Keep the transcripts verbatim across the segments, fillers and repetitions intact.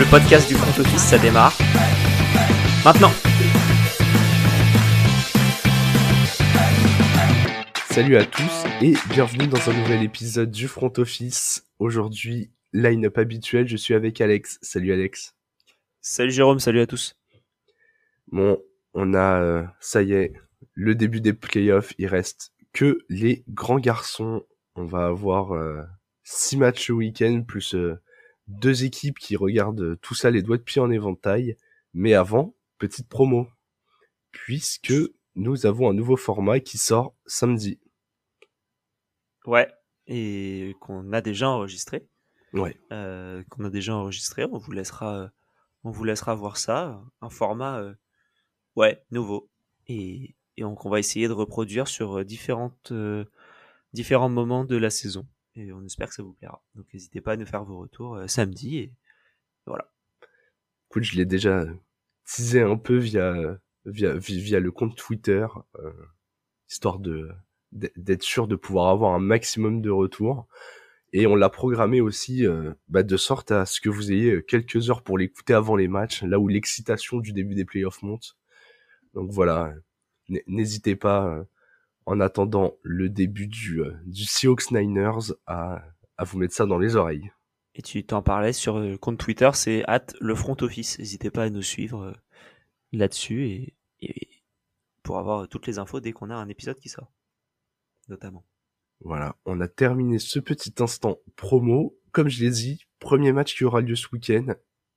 Le podcast du front office, ça démarre maintenant. Salut à tous et bienvenue dans un nouvel épisode du front office. Aujourd'hui, line-up habituel, je suis avec Alex. Salut Alex. Salut Jérôme, salut à tous. Bon, on a, euh, ça y est, le début des playoffs. Il reste que les grands garçons. On va avoir euh, six matchs le week-end plus euh, deux équipes qui regardent tout ça les doigts de pied en éventail. Mais avant, petite promo, puisque nous avons un nouveau format qui sort samedi. Ouais, et qu'on a déjà enregistré. Ouais. Euh, qu'on a déjà enregistré. On vous laissera, euh, on vous laissera voir ça. Un format, euh, ouais, nouveau. Et, et donc on va essayer de reproduire sur euh, différentes, euh, différents moments de la saison. Et on espère que ça vous plaira. Donc n'hésitez pas à nous faire vos retours euh, samedi. Et voilà. Écoute, je l'ai déjà teasé un peu via via via le compte Twitter, euh, histoire de d'être sûr de pouvoir avoir un maximum de retours. Et on l'a programmé aussi euh, bah, de sorte à ce que vous ayez quelques heures pour l'écouter avant les matchs, là où l'excitation du début des playoffs monte. Donc voilà, n- n'hésitez pas, euh, en attendant le début du, euh, du Seahawks Niners, à, à vous mettre ça dans les oreilles. Et tu t'en parlais sur le compte Twitter, c'est at le front office. N'hésitez pas à nous suivre euh, là-dessus et, et pour avoir toutes les infos dès qu'on a un épisode qui sort, notamment. Voilà, on a terminé ce petit instant promo. Comme je l'ai dit, premier match qui aura lieu ce week-end.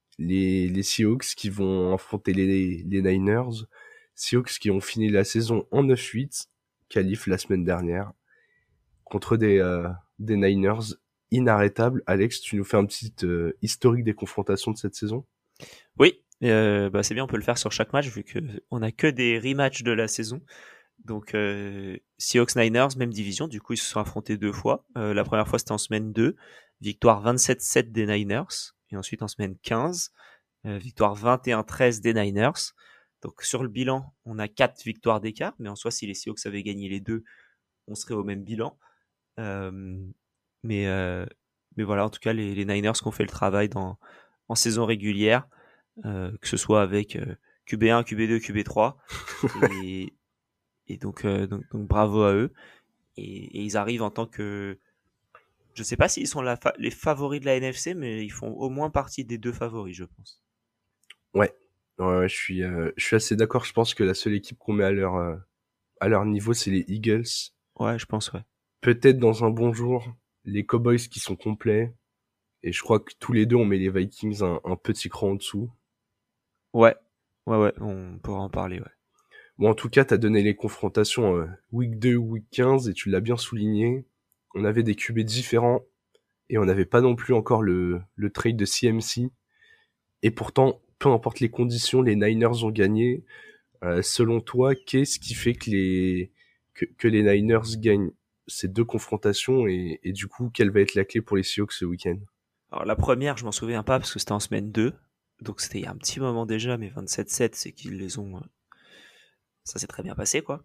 Les, les Seahawks qui vont affronter les, les Niners. Seahawks qui ont fini la saison en neuf huit, qualif la semaine dernière, contre des, euh, des Niners inarrêtables. Alex, tu nous fais un petit euh, historique des confrontations de cette saison ? Oui, euh, bah c'est bien, on peut le faire sur chaque match vu que on a que des rematchs de la saison. Donc euh, Seahawks Niners, même division, du coup ils se sont affrontés deux fois. Euh, la première fois c'était en semaine deux, victoire vingt-sept sept des Niners, et ensuite en semaine quinze, euh, victoire vingt et un treize des Niners. Donc sur le bilan, on a quatre victoires d'écart, mais en soi si les Seahawks avaient gagné les deux, on serait au même bilan. Euh, mais euh, mais voilà, en tout cas les, les Niners qui ont fait le travail dans en saison régulière, euh, que ce soit avec euh, Q B un, Q B deux, Q B trois, et et donc, euh, donc, donc bravo à eux. Et, et ils arrivent en tant que, je sais pas s'ils sont la fa- les favoris de la N F C, mais ils font au moins partie des deux favoris, je pense. Ouais, ouais, ouais, je suis, euh, je suis assez d'accord. Je pense que la seule équipe qu'on met à leur, euh, à leur niveau, c'est les Eagles. Ouais, je pense, ouais. Peut-être dans un bon jour, les Cowboys qui sont complets. Et je crois que tous les deux, on met les Vikings un, un petit cran en dessous. Ouais, ouais, ouais, on pourra en parler, ouais. Bon, en tout cas, t'as donné les confrontations euh, week deux, week quinze, et tu l'as bien souligné. On avait des Q B différents, et on n'avait pas non plus encore le, le trade de C M C. Et pourtant, peu importe les conditions, les Niners ont gagné. Euh, selon toi, qu'est-ce qui fait que les, que, que les Niners gagnent ces deux confrontations, et, et du coup, quelle va être la clé pour les Seahawks ce week-end ? Alors la première, je m'en souviens pas parce que c'était en semaine deux, donc c'était il y a un petit moment déjà, mais vingt-sept sept, c'est qu'ils les ont, euh, ça s'est très bien passé, quoi.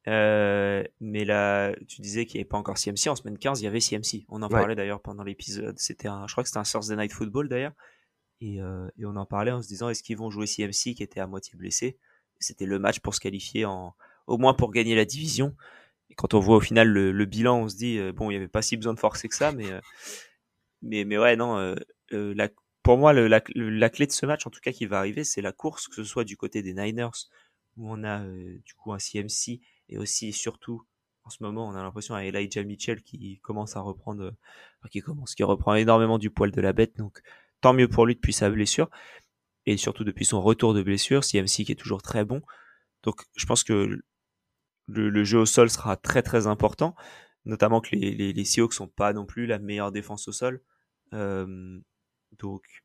Euh, mais là, tu disais qu'il n'y avait pas encore C M C. En semaine quinze, il y avait C M C. On en Ouais, parlait d'ailleurs pendant l'épisode. C'était un, je crois que c'était un Thursday Night Football d'ailleurs. Et, euh, et on en parlait en se disant est-ce qu'ils vont jouer C M C qui était à moitié blessé. C'était le match pour se qualifier en, au moins pour gagner la division. Et quand on voit au final le, le bilan, on se dit euh, bon, il n'y avait pas si besoin de forcer que ça, mais euh, mais mais ouais non. Euh, euh, la, pour moi, le, la, le- la clé de ce match, en tout cas, qui va arriver, c'est la course, que ce soit du côté des Niners où on a euh, du coup un C M C et aussi et surtout en ce moment, on a l'impression à Elijah Mitchell qui commence à reprendre, euh, enfin, qui commence, qui reprend énormément du poil de la bête. Donc tant mieux pour lui depuis sa blessure et surtout depuis son retour de blessure, C M C qui est toujours très bon. Donc je pense que le, le jeu au sol sera très très important, notamment que les, les, les Seahawks sont pas non plus la meilleure défense au sol. Euh, donc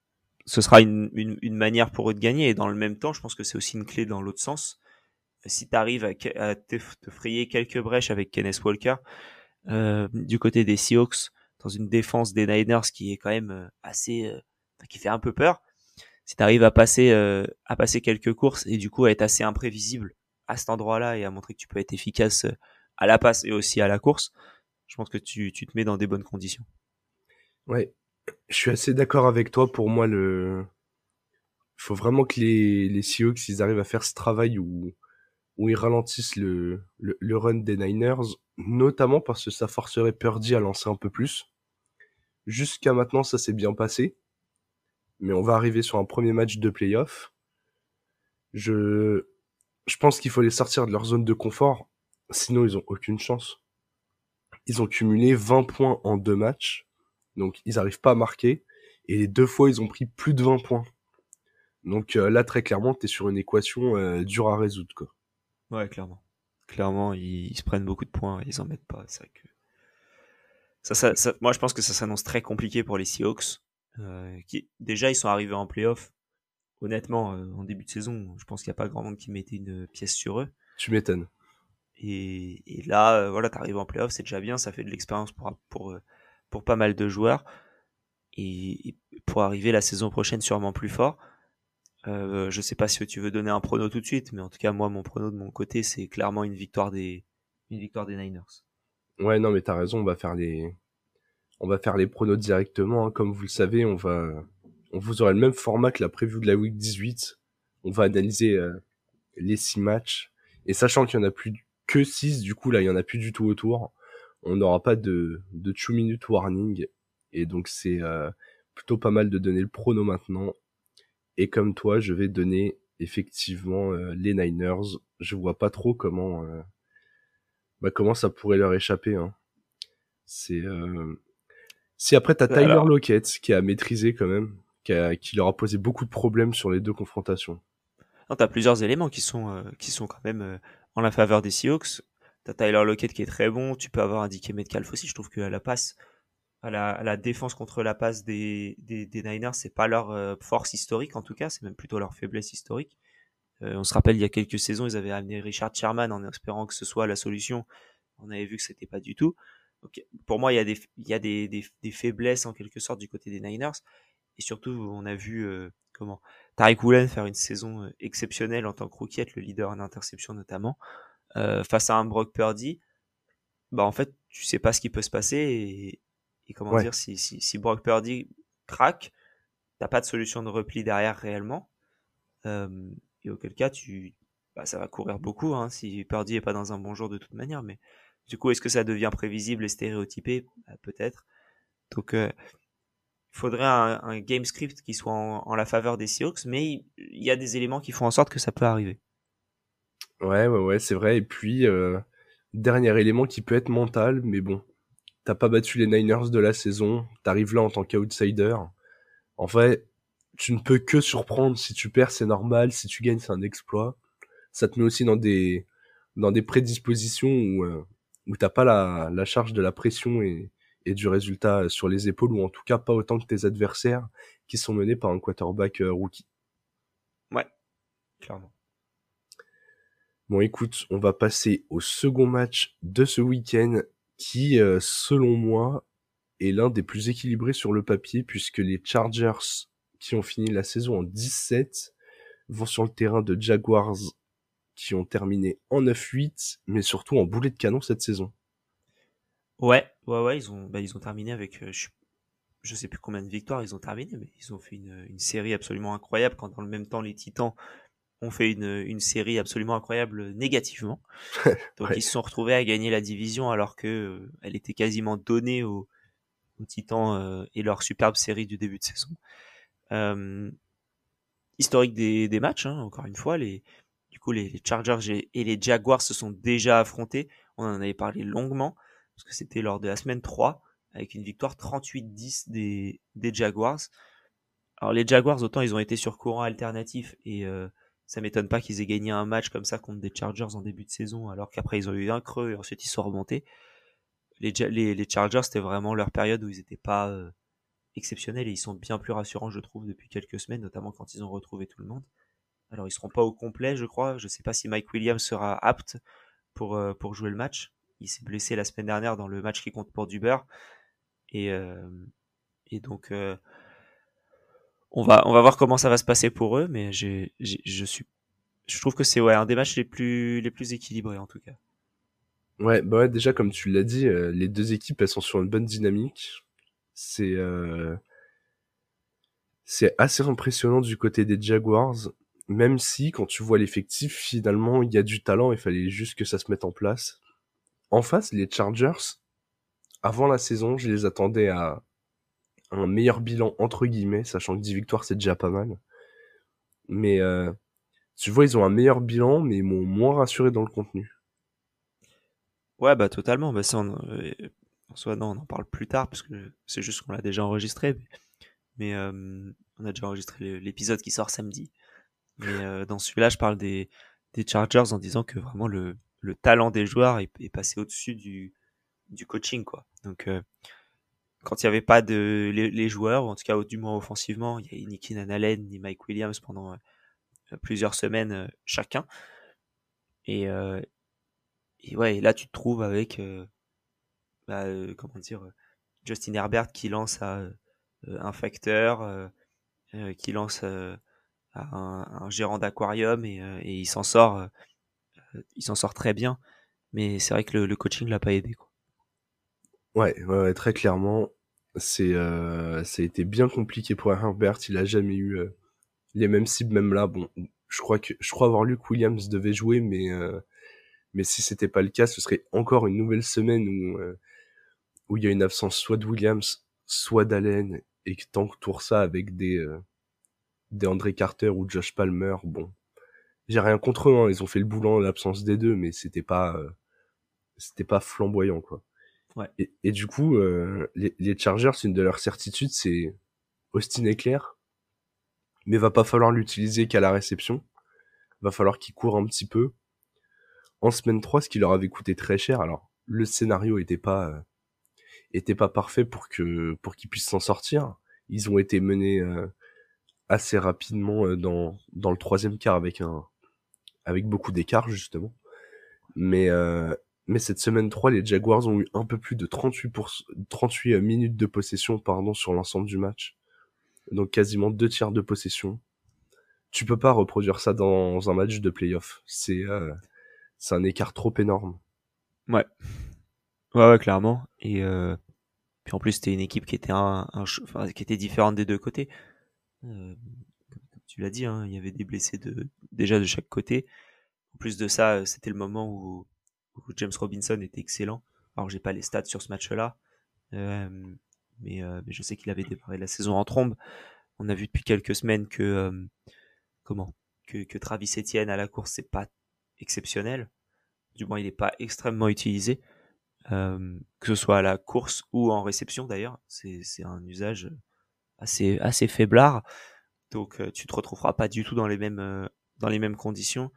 ce sera une, une, une manière pour eux de gagner et dans le même temps, je pense que c'est aussi une clé dans l'autre sens. Si tu arrives à, à te, te frayer quelques brèches avec Kenneth Walker euh, du côté des Seahawks dans une défense des Niners qui est quand même euh, assez euh, qui fait un peu peur, si tu arrives à passer euh, à passer quelques courses et du coup à être assez imprévisible à cet endroit-là et à montrer que tu peux être efficace euh, à la passe et aussi à la course, je pense que tu, tu te mets dans des bonnes conditions. ouais. Je suis assez d'accord avec toi. Pour moi, le, il faut vraiment que les, les Seahawks, ils arrivent à faire ce travail où, où ils ralentissent le, le, le run des Niners, notamment parce que ça forcerait Purdy à lancer un peu plus. Jusqu'à maintenant, ça s'est bien passé. Mais on va arriver sur un premier match de playoff. Je, je pense qu'il faut les sortir de leur zone de confort. Sinon, ils ont aucune chance. Ils ont cumulé vingt points en deux matchs. Donc, ils arrivent pas à marquer. Et les deux fois, ils ont pris plus de vingt points. Donc euh, là, très clairement, t'es sur une équation euh, dure à résoudre, quoi. Ouais, clairement. Clairement, ils, ils se prennent beaucoup de points, ils en mettent pas. C'est vrai que ça, ça, ça- moi, je pense que ça s'annonce très compliqué pour les Seahawks. Euh, qui, déjà, ils sont arrivés en playoff. Honnêtement, euh, en début de saison, je pense qu'il n'y a pas grand monde qui mettait une pièce sur eux. Tu m'étonnes. Et, et là, euh, voilà, t'arrives en playoff, c'est déjà bien, ça fait de l'expérience pour, pour, euh, pour pas mal de joueurs. Et, et pour arriver la saison prochaine sûrement plus fort. Euh, je sais pas si tu veux donner un prono tout de suite, mais en tout cas, moi, mon prono de mon côté, c'est clairement une victoire des, une victoire des Niners. Ouais, non, mais t'as raison, on va faire les, on va faire les pronos directement, hein. Comme vous le savez, on va, on vous aura le même format que la preview de la week dix-huit. On va analyser euh, les six matchs. Et sachant qu'il y en a plus que six, du coup, là, il y en a plus du tout autour. On n'aura pas de, de two minute warning. Et donc, c'est euh, plutôt pas mal de donner le prono maintenant. Et comme toi, je vais donner effectivement euh, les Niners. Je vois pas trop comment, euh, bah, comment ça pourrait leur échapper, hein. C'est euh... Si après t'as Tyler Alors, Lockett qui a maîtrisé quand même, qui, a... qui leur a posé beaucoup de problèmes sur les deux confrontations. non, t'as plusieurs éléments qui sont, euh, qui sont quand même euh, en la faveur des Seahawks. T'as Tyler Lockett qui est très bon. Tu peux avoir un D K Metcalf aussi. Je trouve qu'à la passe, à la, à la défense contre la passe des, des, des Niners, c'est pas leur euh, force historique en tout cas. C'est même plutôt leur faiblesse historique. Euh, on se rappelle, il y a quelques saisons, ils avaient amené Richard Sherman en espérant que ce soit la solution. On avait vu que c'était pas du tout. Donc, pour moi, il y a des, il y a des, des, des faiblesses en quelque sorte du côté des Niners. Et surtout, on a vu euh, comment Tariq Woolen faire une saison euh, exceptionnelle en tant que rookie, être le leader en interception notamment, euh, face à un Brock Purdy. Bah en fait, tu sais pas ce qui peut se passer et, et comment Ouais, dire, si, si, si Brock Purdy craque, t'as pas de solution de repli derrière réellement. Euh, et auquel cas, tu, bah, ça va courir beaucoup hein, si Purdy est pas dans un bon jour de toute manière. Mais du coup, est-ce que ça devient prévisible et stéréotypé? Bah, peut-être. Donc, euh, il faudrait un, un game script qui soit en, en la faveur des Seahawks, mais il y a des éléments qui font en sorte que ça peut arriver. ouais, ouais, ouais, c'est vrai. Et puis, euh, dernier élément qui peut être mental, mais bon, t'as pas battu les Niners de la saison, t'arrives là en tant qu'outsider. En vrai, tu ne peux que surprendre. Si tu perds, c'est normal. Si tu gagnes, c'est un exploit. Ça te met aussi dans des dans des prédispositions où euh, où t'as pas la la charge de la pression et et du résultat sur les épaules, ou en tout cas pas autant que tes adversaires qui sont menés par un quarterback euh, rookie. Ouais, clairement. Bon, écoute, on va passer au second match de ce week-end qui, euh, selon moi, est l'un des plus équilibrés sur le papier, puisque les Chargers, qui ont fini la saison en dix-sept, vont sur le terrain de Jaguars, qui ont terminé en neuf huit, mais surtout en boulet de canon cette saison. Ouais, ouais, ouais, ils ont, bah, ils ont terminé avec, euh, je, je sais plus combien de victoires ils ont terminé, mais ils ont fait une, une série absolument incroyable quand dans le même temps les Titans ont fait une, une série absolument incroyable négativement. Donc Ouais. ils se sont retrouvés à gagner la division alors que euh, elle était quasiment donnée aux, aux Titans euh, et leur superbe série du début de saison. Euh, Historique des, des matchs, hein, encore une fois, les, du coup les, les Chargers et les Jaguars se sont déjà affrontés. On en avait parlé longuement parce que c'était lors de la semaine trois avec une victoire trente-huit dix des, des Jaguars. Alors les Jaguars, autant ils ont été sur courant alternatif et euh, ça m'étonne pas qu'ils aient gagné un match comme ça contre des Chargers en début de saison, alors qu'après ils ont eu un creux et ensuite ils sont remontés. Les, les, les Chargers, c'était vraiment leur période où ils n'étaient pas euh, exceptionnels et ils sont bien plus rassurants, je trouve, depuis quelques semaines, notamment quand ils ont retrouvé tout le monde. Alors ils seront pas au complet, je crois. Je sais pas si Mike Williams sera apte pour euh, pour jouer le match. Il s'est blessé la semaine dernière dans le match qui compte pour du beurre et euh, et donc euh, on va on va voir comment ça va se passer pour eux, mais j'ai, j'ai je suis je trouve que c'est ouais un des matchs les plus les plus équilibrés en tout cas. Ouais, bah ouais, déjà comme tu l'as dit, euh, les deux équipes elles sont sur une bonne dynamique. C'est euh, c'est assez impressionnant du côté des Jaguars, même si quand tu vois l'effectif, finalement, il y a du talent, il fallait juste que ça se mette en place. En face, les Chargers, avant la saison, je les attendais à un meilleur bilan entre guillemets, sachant que dix victoires c'est déjà pas mal. Mais euh, tu vois, ils ont un meilleur bilan, mais ils m'ont moins rassuré dans le contenu. Ouais, bah totalement. Bah, ça, on, euh, en soi, non, on en parle plus tard parce que c'est juste qu'on l'a déjà enregistré. Mais, mais, euh, on a déjà enregistré le- l'épisode qui sort samedi. Mais euh, dans celui-là, je parle des, des Chargers en disant que vraiment le, le talent des joueurs est, est passé au-dessus du, du coaching, quoi. Donc, euh, quand il n'y avait pas de les, les joueurs, ou en tout cas du moins offensivement, il y avait ni Keenan Allen ni Mike Williams pendant euh, plusieurs semaines euh, chacun. Et, euh, et ouais, et là tu te trouves avec euh, bah, euh, comment dire euh, Justin Herbert qui lance à euh, un facteur, euh, euh, qui lance euh, à un, un gérant d'aquarium et, euh, et il s'en sort, euh, il s'en sort très bien. Mais c'est vrai que le, le coaching l'a pas aidé, quoi. Ouais, ouais, ouais, très clairement, c'est euh, ça a été bien compliqué pour Herbert. Il a jamais eu euh, les mêmes cibles, même là. Bon, je crois que je crois avoir lu que Williams devait jouer, mais euh, mais si c'était pas le cas, ce serait encore une nouvelle semaine où euh, où il y a une absence soit de Williams, soit d'Allen, et que t'entoures ça avec des euh, des André Carter ou Josh Palmer. Bon, j'ai rien contre eux, hein, ils ont fait le boulot en l'absence des deux, mais c'était pas euh, c'était pas flamboyant, quoi. Ouais. Et, et du coup, euh, les, les Chargers, une de leurs certitudes, c'est Austin Eckler, mais va pas falloir l'utiliser qu'à la réception. Va falloir qu'il court un petit peu. En semaine trois, ce qui leur avait coûté très cher. Alors, le scénario était pas euh, était pas parfait pour que pour qu'ils puissent s'en sortir. Ils ont été menés euh, assez rapidement euh, dans dans le troisième quart avec un avec beaucoup d'écart justement. Mais euh, mais cette semaine trois, les Jaguars ont eu un peu plus de trente-huit pour trente-huit minutes de possession pardon sur l'ensemble du match. Donc quasiment deux tiers de possession. Tu peux pas reproduire ça dans un match de playoff. C'est euh, c'est un écart trop énorme. Ouais. Ouais, ouais, clairement. Et euh, puis en plus, c'était une équipe qui était un, un ch- enfin, qui était différente des deux côtés. Euh, comme tu l'as dit, hein, il y avait des blessés de déjà de chaque côté. En plus de ça, euh, c'était le moment où, où James Robinson était excellent. Alors j'ai pas les stats sur ce match-là, euh, mais, euh, mais je sais qu'il avait démarré la saison en trombe. On a vu depuis quelques semaines que euh, comment que, que Travis Etienne à la course c'est pas exceptionnel. Du moins, il n'est pas extrêmement utilisé, euh, que ce soit à la course ou en réception d'ailleurs. C'est c'est un usage assez assez faiblard. Donc euh, tu te retrouveras pas du tout dans les mêmes euh, dans les mêmes conditions.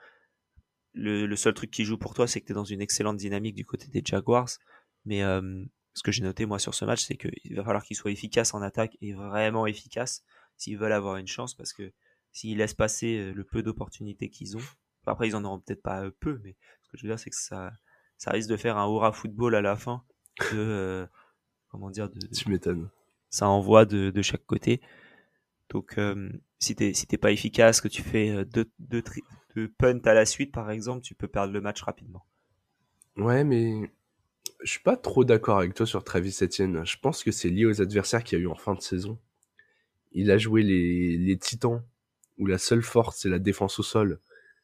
Le, le seul truc qui joue pour toi, c'est que tu es dans une excellente dynamique du côté des Jaguars. Mais euh, ce que j'ai noté moi sur ce match, c'est qu'il va falloir qu'ils soient efficaces en attaque et vraiment efficaces s'ils veulent avoir une chance, parce que s'ils laissent passer euh, le peu d'opportunités qu'ils ont, enfin, après ils en auront peut-être pas euh, peu, mais ce que je veux dire, c'est que ça, ça risque de faire un hurrah football à la fin de euh, comment dire de, de- Tu m'étonnes. ça envoie de, de chaque côté. Donc, euh, si t'es si t'es pas efficace, que tu fais euh, deux, deux, tri- deux punts à la suite, par exemple, tu peux perdre le match rapidement. Ouais, mais je suis pas trop d'accord avec toi sur Travis Etienne. Je pense que c'est lié aux adversaires qu'il y a eu en fin de saison. Il a joué les, les Titans, où la seule force, c'est la défense au sol.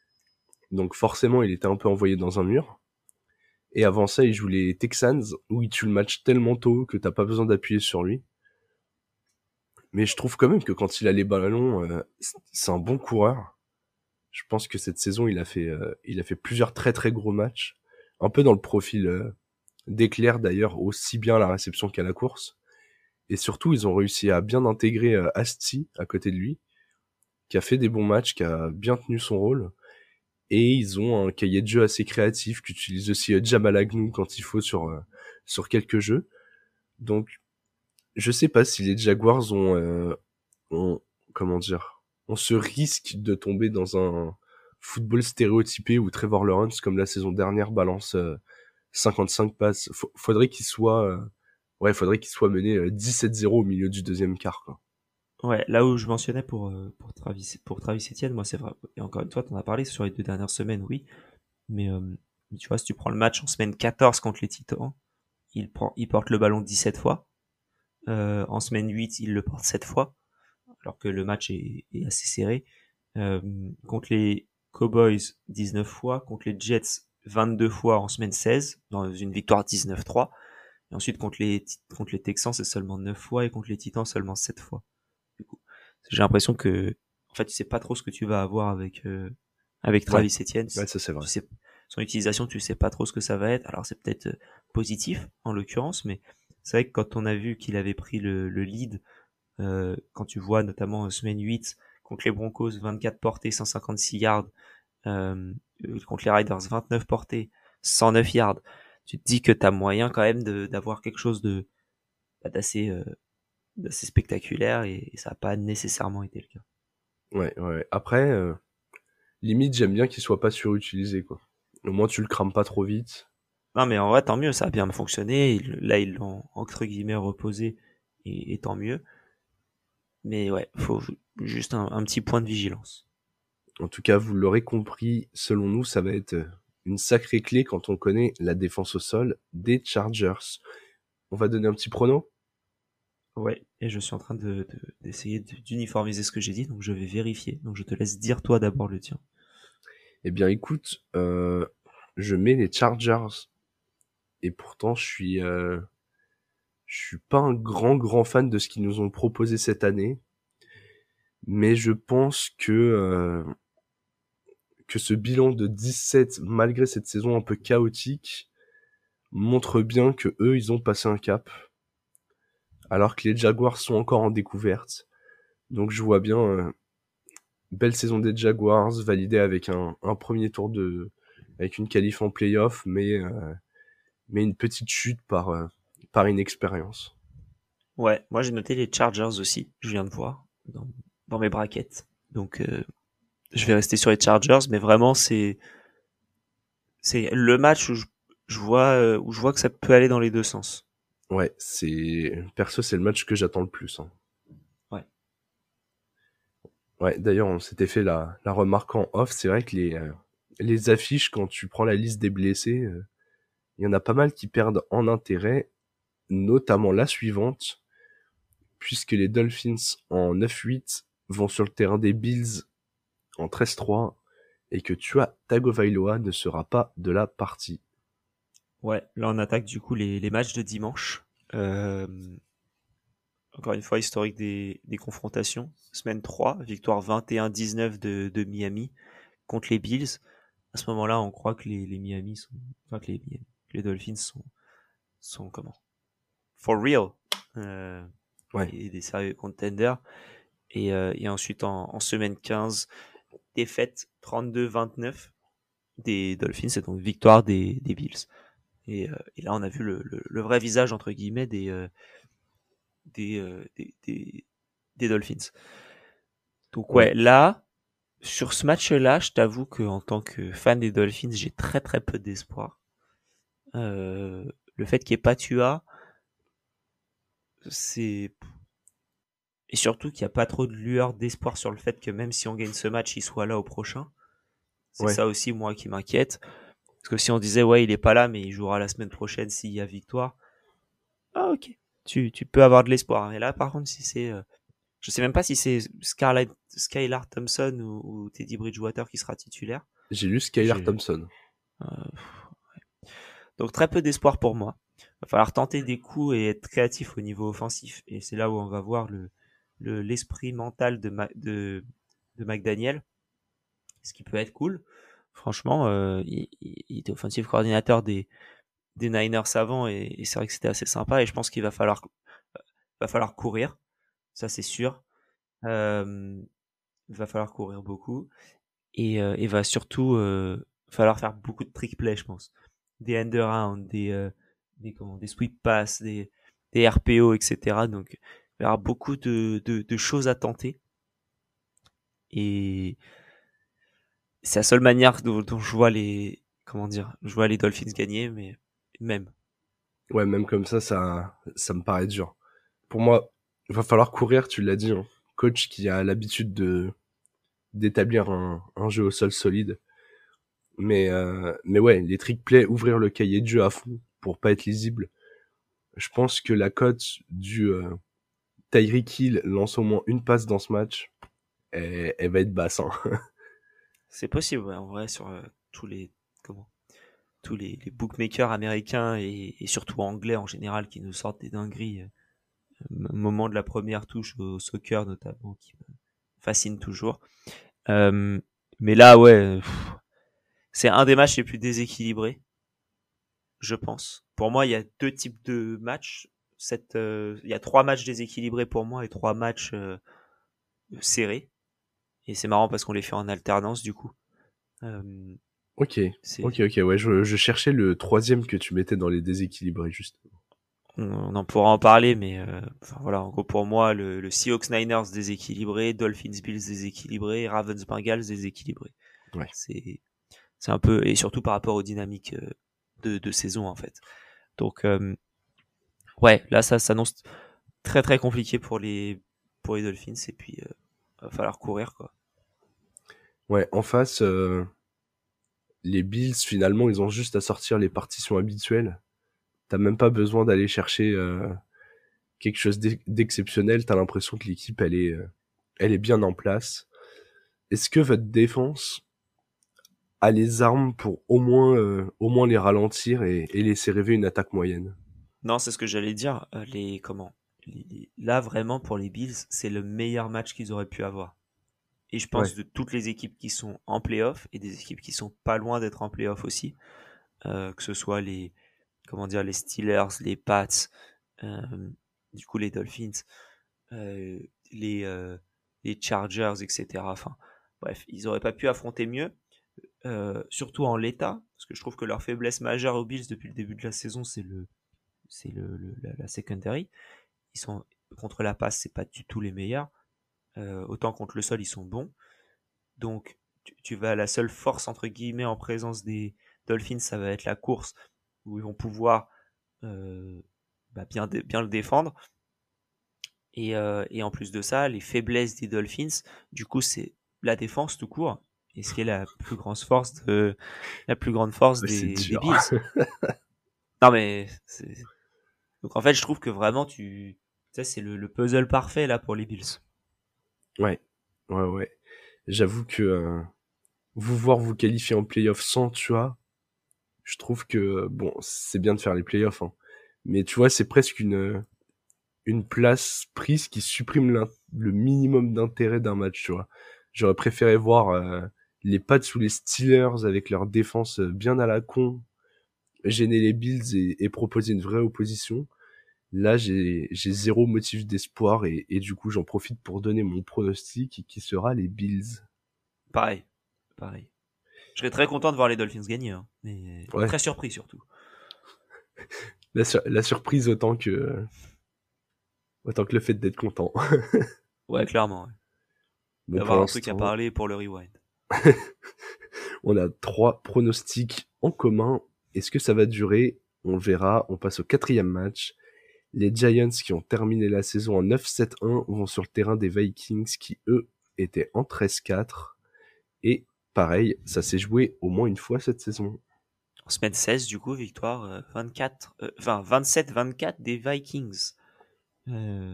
Donc forcément, il était un peu envoyé dans un mur. Et avant ça, il joue les Texans, où il tue le match tellement tôt que t'as pas besoin d'appuyer sur lui. Mais je trouve quand même que quand il a les ballons, euh, c'est un bon coureur. Je pense que cette saison, il a fait, euh, il a fait plusieurs très très gros matchs. Un peu dans le profil euh, d'Eclair d'ailleurs, aussi bien à la réception qu'à la course. Et surtout, ils ont réussi à bien intégrer euh, Asti à côté de lui, qui a fait des bons matchs, qui a bien tenu son rôle. Et ils ont un cahier de jeu assez créatif, qui utilise aussi euh, Jamal Agnew quand il faut sur, euh, sur quelques jeux. Donc, je sais pas si les Jaguars ont, euh, ont comment dire, on se risque de tomber dans un football stéréotypé où Trevor Lawrence, comme la saison dernière, balance euh, cinquante-cinq passes. F- faudrait qu'il soit, euh, ouais, faudrait qu'il soit mené euh, dix-sept zéro au milieu du deuxième quart, quoi. Ouais, là où je mentionnais pour, euh, pour Travis, pour Travis Etienne, moi c'est vrai. Et encore une fois, t'en as parlé sur les deux dernières semaines, oui. Mais, euh, mais tu vois, si tu prends le match en semaine quatorze contre les Titans, il prend, il porte le ballon dix-sept fois. Euh, en semaine huit, il le porte sept fois. alors que le match est, est assez serré. Euh, contre les Cowboys, dix-neuf fois, contre les Jets, vingt-deux fois en semaine seize, dans une victoire dix-neuf trois. Et ensuite, contre les, contre les Texans, c'est seulement neuf fois, et contre les Titans, seulement sept fois. Du coup, j'ai l'impression que, en fait, tu sais pas trop ce que tu vas avoir avec, euh, avec Travis Ouais, Etienne. ouais, ça c'est vrai. Tu sais, son utilisation, tu sais pas trop ce que ça va être. Alors, c'est peut-être euh, positif, en l'occurrence, mais c'est vrai que quand on a vu qu'il avait pris le, le lead, euh, quand tu vois notamment euh, semaine huit, contre les Broncos, vingt-quatre portées, cent cinquante-six yards, euh, contre les Riders, vingt-neuf portées, cent neuf yards, tu te dis que t'as moyen quand même de, d'avoir quelque chose de, bah, d'assez, euh, d'assez spectaculaire, et, et ça n'a pas nécessairement été le cas. Ouais, ouais. Après, euh, limite, j'aime bien qu'il soit pas surutilisé, quoi. Au moins, tu le crames pas trop vite. Non, mais en vrai, tant mieux, ça a bien fonctionné. Il- là, ils l'ont entre guillemets reposé, et, et tant mieux. Mais ouais, faut juste un, un petit point de vigilance. En tout cas, vous l'aurez compris, selon nous, ça va être une sacrée clé quand on connaît la défense au sol des Chargers. On va donner un petit prono? Ouais, et je suis en train de, de- d'essayer de- d'uniformiser ce que j'ai dit, donc je vais vérifier. Donc je te laisse dire toi d'abord le tien. Eh bien, écoute, euh, je mets les Chargers. Et pourtant, je suis, euh, je suis pas un grand, grand fan de ce qu'ils nous ont proposé cette année. Mais je pense que, euh, que ce bilan de dix-sept, malgré cette saison un peu chaotique, montre bien que eux, ils ont passé un cap. Alors que les Jaguars sont encore en découverte. Donc je vois bien, euh, belle saison des Jaguars, validée avec un, un premier tour de, avec une qualif en playoff, mais, euh, mais une petite chute par, euh, par inexpérience. Ouais, moi j'ai noté les Chargers aussi, je viens de voir, dans, dans mes brackets. Donc euh, je vais rester sur les Chargers, mais vraiment c'est c'est le match où je, je vois euh, où je vois que ça peut aller dans les deux sens. Ouais, c'est, perso, c'est le match que j'attends le plus, hein. Ouais. Ouais, d'ailleurs, on s'était fait la, la remarque en off, c'est vrai que les, euh, les affiches, quand tu prends la liste des blessés, euh, il y en a pas mal qui perdent en intérêt, notamment la suivante, puisque les Dolphins en neuf huit vont sur le terrain des Bills en treize trois, et que Tua Tagovailoa ne sera pas de la partie. Ouais, là on attaque du coup les, les matchs de dimanche. Euh, encore une fois, historique des, des confrontations. Semaine trois, victoire vingt et un dix-neuf de, de Miami contre les Bills. À ce moment-là, on croit que les, les Miami sont, enfin que les, Miami, que les Dolphins sont, sont comment? For real. Euh, Ouais, et des sérieux contenders. Et, euh, et ensuite, en, en semaine quinze, défaite trente-deux vingt-neuf des Dolphins, et donc victoire des, des Bills. Et, euh, et là, on a vu le, le, le vrai visage, entre guillemets, des, euh, des, euh, des, des, des Dolphins. Donc ouais, ouais, là, sur ce match-là, je t'avoue que en tant que fan des Dolphins, j'ai très très peu d'espoir. Euh, le fait qu'il n'y ait pas Tua, c'est... Et surtout qu'il n'y a pas trop de lueur d'espoir sur le fait que même si on gagne ce match, il soit là au prochain. C'est ouais. ça aussi, moi, qui m'inquiète. Parce que si on disait, ouais, il est pas là, mais il jouera la semaine prochaine s'il y a victoire. Ah, ok. Tu, tu peux avoir de l'espoir. Mais là, par contre, si c'est, euh, je sais même pas si c'est Scarlett, Skylar Thompson ou, ou Teddy Bridgewater qui sera titulaire. J'ai lu Skylar J'ai, Thompson. euh, donc très peu d'espoir pour moi. Il va falloir tenter des coups et être créatif au niveau offensif. Et c'est là où on va voir le, le, l'esprit mental de, Ma, de, de McDaniel. Ce qui peut être cool. Franchement, euh, il, il était offensive coordinateur des, des Niners avant, et, et c'est vrai que c'était assez sympa, et je pense qu'il va falloir va falloir courir, ça c'est sûr. Euh, il va falloir courir beaucoup, et euh, il va surtout euh, falloir faire beaucoup de trick play, je pense. Des end around, des euh, des comment, des sweep pass, des des R P O, et cetera. Donc il va y avoir beaucoup de, de, de choses à tenter, et c'est la seule manière dont, dont je vois les comment dire, je vois les Dolphins gagner, mais même. Ouais, même comme ça, ça, ça me paraît dur. Pour moi, il va falloir courir, tu l'as dit, hein. Coach qui a l'habitude de d'établir un, un jeu au sol solide. Mais, euh, mais ouais, les trick plays, ouvrir le cahier de jeu à fond pour pas être lisible. Je pense que la cote du, euh, Tyreek Hill lance au moins une passe dans ce match, elle, elle va être basse. Hein. C'est possible, ouais, en vrai, sur euh, tous les comment tous les, les bookmakers américains et, et surtout anglais en général qui nous sortent des dingueries euh, au moment de la première touche au soccer notamment qui me fascine toujours. Euh, mais là, ouais, pff, c'est un des matchs les plus déséquilibrés, je pense. Pour moi, il y a deux types de matchs. Cette, euh, il y a trois matchs déséquilibrés pour moi et trois matchs euh, serrés. Et c'est marrant parce qu'on les fait en alternance du coup. Euh, Ok, c'est, ok, ok, ouais, je, je cherchais le troisième que tu mettais dans les déséquilibrés, juste. on, on en pourra en parler, mais euh, enfin voilà, en gros pour moi, le, le Seahawks Niners déséquilibré, Dolphins Bills déséquilibré, Ravens Bengals déséquilibré. Ouais. C'est, c'est un peu et surtout par rapport aux dynamiques euh, de, de saison en fait. Donc euh, ouais, là ça s'annonce très très compliqué pour les pour les Dolphins et puis euh, va falloir courir quoi. Ouais, en face, euh, les Bills, finalement, ils ont juste à sortir les partitions habituelles. T'as même pas besoin d'aller chercher euh, quelque chose d'ex- d'exceptionnel. T'as l'impression que l'équipe, elle est, euh, elle est bien en place. Est-ce que votre défense a les armes pour au moins, euh, au moins les ralentir et, et laisser rêver une attaque moyenne? Non, c'est ce que j'allais dire. euh, Les comment les- les- Là vraiment pour les Bills, c'est le meilleur match qu'ils auraient pu avoir. Et je pense Ouais, de toutes les équipes qui sont en playoff et des équipes qui sont pas loin d'être en playoff aussi, euh, que ce soit les comment dire les Steelers, les Pats, euh, du coup les Dolphins, euh, les euh, les Chargers, et cetera. Enfin bref, ils auraient pas pu affronter mieux. Euh, surtout en l'état, parce que je trouve que leur faiblesse majeure aux Bills depuis le début de la saison, c'est le, c'est le, le la, la secondary. Ils sont contre la passe, c'est pas du tout les meilleurs. Euh, autant contre le sol, ils sont bons. Donc, tu, tu vas la seule force entre guillemets en présence des Dolphins, ça va être la course où ils vont pouvoir euh, bah, bien, bien le défendre. Et, euh, et en plus de ça, les faiblesses des Dolphins, du coup, c'est la défense tout court. Et ce qui est la plus grande force de la plus grande force ouais, c'est des, des dur. Bills. Non mais c'est... donc en fait, je trouve que vraiment tu, tu sais, c'est le, le puzzle parfait là pour les Bills. Ouais, ouais, ouais. J'avoue que euh, vous voir vous qualifier en playoff sans Tua, je trouve que bon, c'est bien de faire les playoffs, hein. Mais tu vois, c'est presque une une place prise qui supprime l'in- le minimum d'intérêt d'un match, tu vois. J'aurais préféré voir euh, les Pats ou les Steelers avec leur défense euh, bien à la con, gêner les Bills et, et proposer une vraie opposition. Là, j'ai j'ai zéro motif d'espoir et, et du coup, j'en profite pour donner mon pronostic qui sera les Bills. Pareil, pareil. Je serais très content de voir les Dolphins gagner, hein, mais Ouais, très surpris surtout. la, sur- la surprise autant que autant que le fait d'être content. Ouais, clairement. Ouais. Bon, pour D'avoir un truc à l'instant, parler pour le rewind. on a trois pronostics en commun. Est-ce que ça va durer? On verra. On passe au quatrième match. Les Giants qui ont terminé la saison en neuf sept un vont sur le terrain des Vikings qui, eux, étaient en treize quatre. Et pareil, ça s'est joué au moins une fois cette saison. En semaine seize, du coup, victoire euh, vingt-quatre, euh, enfin vingt-sept vingt-quatre des Vikings. Euh,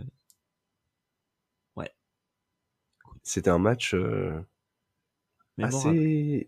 ouais, C'était un match euh, mémorable. assez...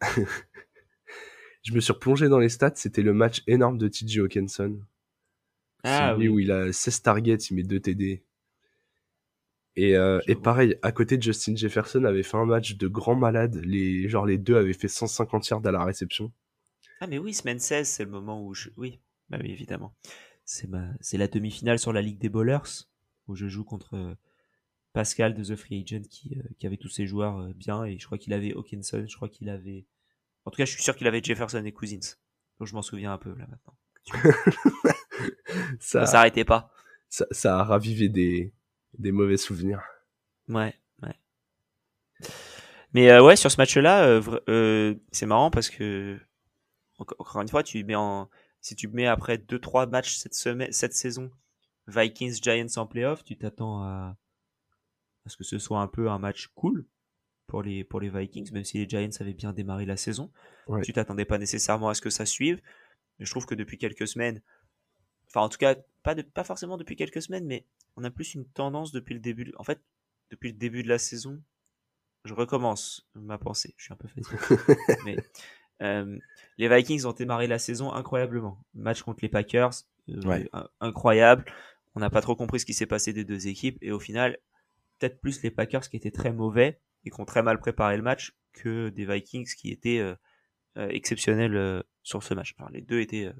Je me suis replongé dans les stats, c'était le match énorme de T J Hawkinson. Ah Celui oui, où ok. il a seize targets, il met deux T D. Et, euh, Je et vois. pareil, à côté de Justin Jefferson avait fait un match de grand malade. Les, genre les deux avaient fait cent cinquante yards à la réception. Ah mais oui, semaine seize, c'est le moment où je... Oui, bah oui, évidemment. C'est ma... c'est la demi-finale sur la Ligue des Bowlers, où je joue contre euh, Pascal de The Free Agent qui, euh, qui avait tous ses joueurs euh, bien, et je crois qu'il avait Hawkinson, je crois qu'il avait... En tout cas, je suis sûr qu'il avait Jefferson et Cousins. Donc je m'en souviens un peu, là, maintenant, que tu le dis. Ça ça, s'arrêtait pas. ça, ça a ravivé des, des mauvais souvenirs. Ouais, ouais. Mais euh, ouais, sur ce match-là, euh, vra- euh, c'est marrant parce que enco- encore une fois, tu mets en si tu mets après deux trois matchs cette semaine, cette saison, Vikings Giants en playoff, tu t'attends à, à ce que ce soit un peu un match cool pour les pour les Vikings, même si les Giants avaient bien démarré la saison. Ouais. Tu t'attendais pas nécessairement à ce que ça suive. Mais je trouve que depuis quelques semaines, enfin en tout cas pas de, pas forcément depuis quelques semaines, mais on a plus une tendance depuis le début. En fait, depuis le début de la saison, je recommence ma pensée. Je suis un peu fatigué. Mais euh, les Vikings ont démarré la saison incroyablement. Match contre les Packers, euh, Ouais. incroyable. On n'a pas trop compris ce qui s'est passé des deux équipes. Et au final, peut-être plus les Packers qui étaient très mauvais et qui ont très mal préparé le match que des Vikings qui étaient euh, euh, exceptionnels euh, sur ce match. Alors, les deux étaient euh,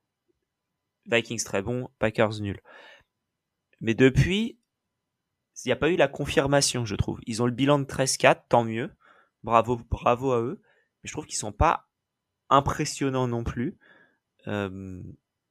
Vikings très bons, Packers nuls. Mais depuis, il n'y a pas eu la confirmation, je trouve. Ils ont le bilan de treize quatre, tant mieux. Bravo, bravo à eux. Mais je trouve qu'ils sont pas impressionnants non plus. Euh,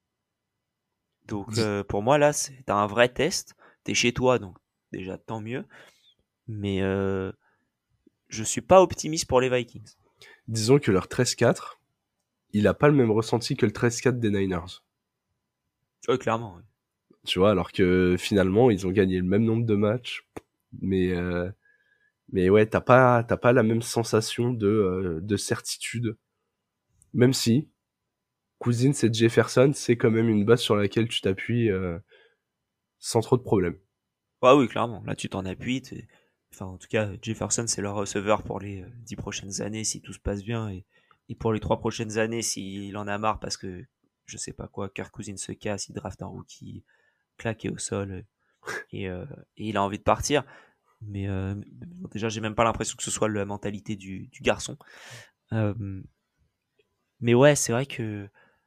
donc Dis- euh, pour moi là, c'est un vrai test. T'es chez toi, donc déjà tant mieux. Mais euh, je suis pas optimiste pour les Vikings. Disons que leur treize quatre, il a pas le même ressenti que le treize quatre des Niners. Oui, clairement. Oui. Tu vois, alors que finalement, ils ont gagné le même nombre de matchs. Mais, euh, mais ouais, t'as pas, t'as pas la même sensation de, euh, de certitude. Même si, Cousins et Jefferson, c'est quand même une base sur laquelle tu t'appuies euh, sans trop de problèmes. Ah oui, clairement. Là, tu t'en appuies. t'es- Enfin, en tout cas, Jefferson, c'est leur receveur pour les euh, dix prochaines années si tout se passe bien. Et, et pour les trois prochaines années, s'il en a marre parce que, je sais pas quoi, Kirk Cousins se casse, il draft un rookie claqué au sol euh, et, euh, et il a envie de partir. Mais euh, bon, déjà, j'ai même pas l'impression que ce soit la mentalité du, du garçon. Euh, mais ouais, c'est vrai que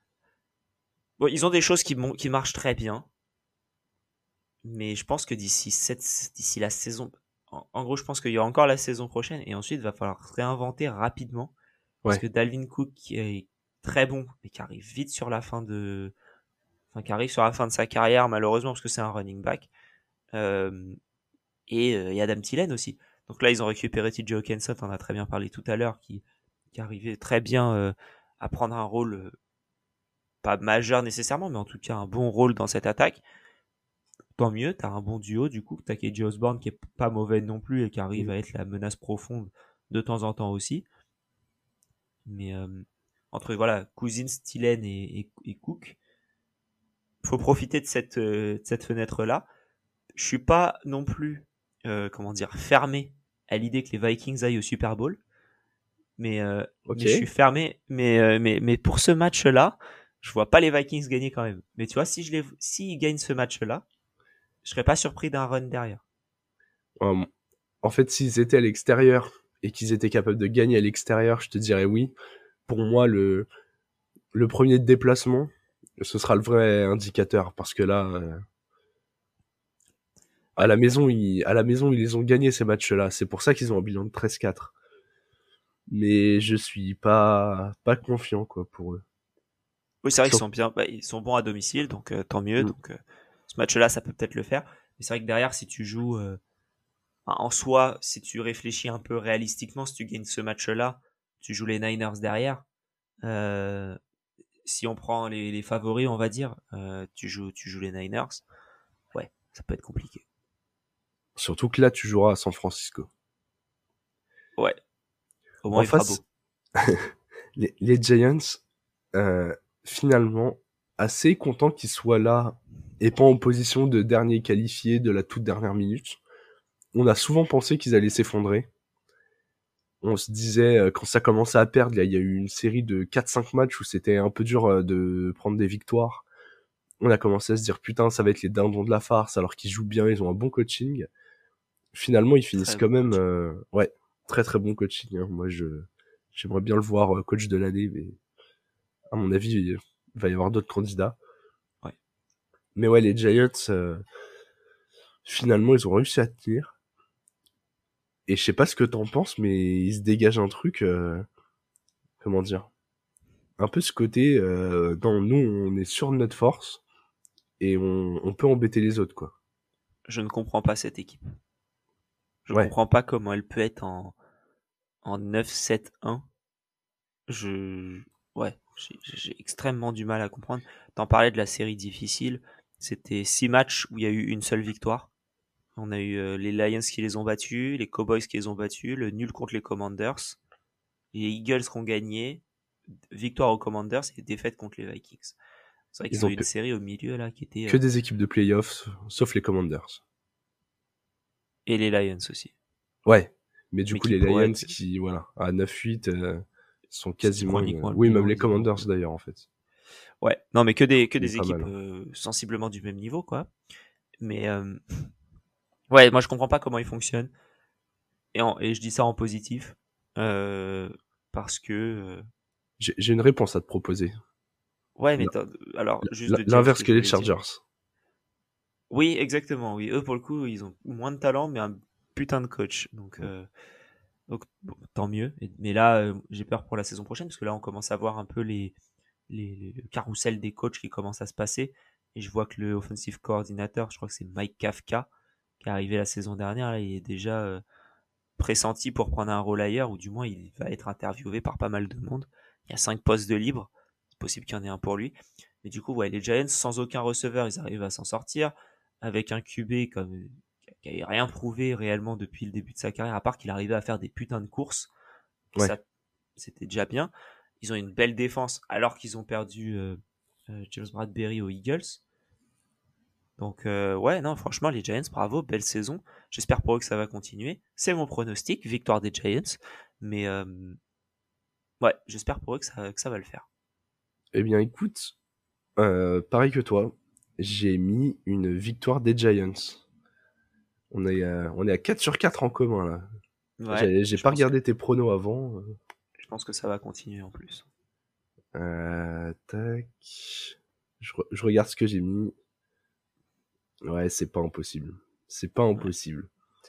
bon, ils ont des choses qui, mon- qui marchent très bien. Mais je pense que d'ici cette, d'ici la saison, en, en gros, je pense qu'il y aura encore la saison prochaine et ensuite il va falloir se réinventer rapidement parce Ouais. que Dalvin Cook qui est très bon mais qui arrive vite sur la fin de, enfin qui arrive sur la fin de sa carrière malheureusement parce que c'est un running back. Euh, et euh, il y a Adam Thielen aussi. Donc là ils ont récupéré T J Hawkinson, on en a très bien parlé tout à l'heure, qui qui arrivait très bien euh, à prendre un rôle euh, pas majeur nécessairement, mais en tout cas un bon rôle dans cette attaque. Tant mieux, t'as un bon duo, du coup, t'as K J Osborne qui est pas mauvais non plus et qui arrive Mm. à être la menace profonde de temps en temps aussi. Mais euh, entre voilà, Cousins, Thielen et, et, et Cook, faut profiter de cette, euh, de cette fenêtre-là. Je suis pas non plus, euh, comment dire, fermé à l'idée que les Vikings aillent au Super Bowl, mais euh, mais Ok. je suis fermé, mais euh, mais mais pour ce match-là, je vois pas les Vikings gagner quand même. Mais tu vois, si je les, s'ils gagnent ce match-là, je serais pas surpris d'un run derrière. Um, en fait, s'ils étaient à l'extérieur et qu'ils étaient capables de gagner à l'extérieur, je te dirais oui. Pour moi, le, le premier déplacement, ce sera le vrai indicateur parce que là, euh, à Ouais. la maison, ils, à la maison, ils les ont gagnés ces matchs-là. C'est pour ça qu'ils ont un bilan de treize quatre. Mais je suis pas, pas confiant, quoi, pour eux. Oui, c'est vrai qu'ils Sur- sont bien, bah, ils sont bons à domicile, donc euh, tant mieux. Mm. Donc euh, ce match-là, ça peut peut-être le faire. Mais c'est vrai que derrière, si tu joues euh, en soi, si tu réfléchis un peu réalistiquement, si tu gagnes ce match-là, tu joues les Niners derrière. Euh, si on prend les, les favoris, on va dire, euh, tu joues, tu joues les Niners. Ouais, ça peut être compliqué. Surtout que là, tu joueras à San Francisco. Ouais, au moins En il fera face, beau. les, les Giants, euh, finalement, assez contents qu'ils soient là et pas en position de dernier qualifié de la toute dernière minute. On a souvent pensé qu'ils allaient s'effondrer. On se disait, euh, quand ça commençait à perdre, là, il y a eu une série de quatre cinq matchs où c'était un peu dur euh, de prendre des victoires. On a commencé à se dire, putain, ça va être les dindons de la farce, alors qu'ils jouent bien, ils ont un bon coaching. Finalement, ils finissent Très quand bon même, coaching. euh, ouais, très très bon coaching. Hein. Moi, je j'aimerais bien le voir euh, coach de l'année, mais à mon avis, il va y avoir d'autres candidats. Ouais. Mais ouais, les Giants, euh, finalement, ils ont réussi à tenir. Et je sais pas ce que t'en penses, mais il se dégage un truc, euh, comment dire, un peu ce côté, euh, dans nous, on est sûr de notre force et on, on peut embêter les autres, quoi. Je ne comprends pas cette équipe. Je Ouais, comprends pas comment elle peut être en, en neuf sept un. Je, ouais, j'ai j'ai extrêmement du mal à comprendre. T'en parlais de la série difficile. C'était six matchs où il y a eu une seule victoire. On a eu euh, les Lions qui les ont battus, les Cowboys qui les ont battus, le nul contre les Commanders, les Eagles qui ont gagné, victoire aux Commanders et défaite contre les Vikings. C'est vrai qu'ils Ils ont ont eu une que, série au milieu là qui était que euh, des équipes de playoffs, sauf les Commanders. et les Lions aussi, Ouais, mais du mais coup qui les pourraient Lions être, qui, voilà, à neuf huit, euh, sont s'ils quasiment prennent une... uniquement le Oui, même bilan, les ils auront. Commanders d'ailleurs, en fait. Ouais, non, mais que des que Il est des pas mal, équipes hein. euh, sensiblement du même niveau quoi. Mais euh, ouais, moi je comprends pas comment ils fonctionnent et, en- et je dis ça en positif euh, parce que euh, J'ai j'ai une réponse à te proposer. ouais, mais L'in- t'as- alors juste l'in- de dire ce L'inverse que que je les voulais dire. Chargers. Oui, exactement. Oui, eux pour le coup, ils ont moins de talent, mais un putain de coach. Donc, euh, donc bon, tant mieux. Et- mais là, euh, j'ai peur pour la saison prochaine parce que là, on commence à voir un peu les, les, les- le carrousel des coachs qui commence à se passer. Et je vois que le offensive coordinator, je crois que c'est Mike Kafka, qui est arrivé la saison dernière, là, il est déjà euh, pressenti pour prendre un rôle ailleurs, ou du moins il va être interviewé par pas mal de monde. Il y a cinq postes de libre, c'est possible qu'il y en ait un pour lui. Mais du coup, ouais, les Giants, sans aucun receveur, ils arrivent à s'en sortir, avec un Q B comme, qui n'avait rien prouvé réellement depuis le début de sa carrière, à part qu'il arrivait à faire des putains de courses. Et Ouais. ça, c'était déjà bien. Ils ont une belle défense, alors qu'ils ont perdu euh, euh, James Bradbury aux Eagles. Donc euh, ouais, non, franchement, les Giants, bravo, belle saison. J'espère pour eux que ça va continuer. C'est mon pronostic, victoire des Giants. Mais euh, ouais, j'espère pour eux que ça, que ça va le faire. Eh bien, écoute, euh, pareil que toi, j'ai mis une victoire des Giants. On est, euh, on est à quatre sur quatre en commun, là. Ouais, J'ai j'ai je pas pense que, regardé tes pronos avant. je pense que ça va continuer en plus. Euh, tac. Je, re- je regarde ce que j'ai mis. Ouais, c'est pas impossible. C'est pas Ouais. impossible.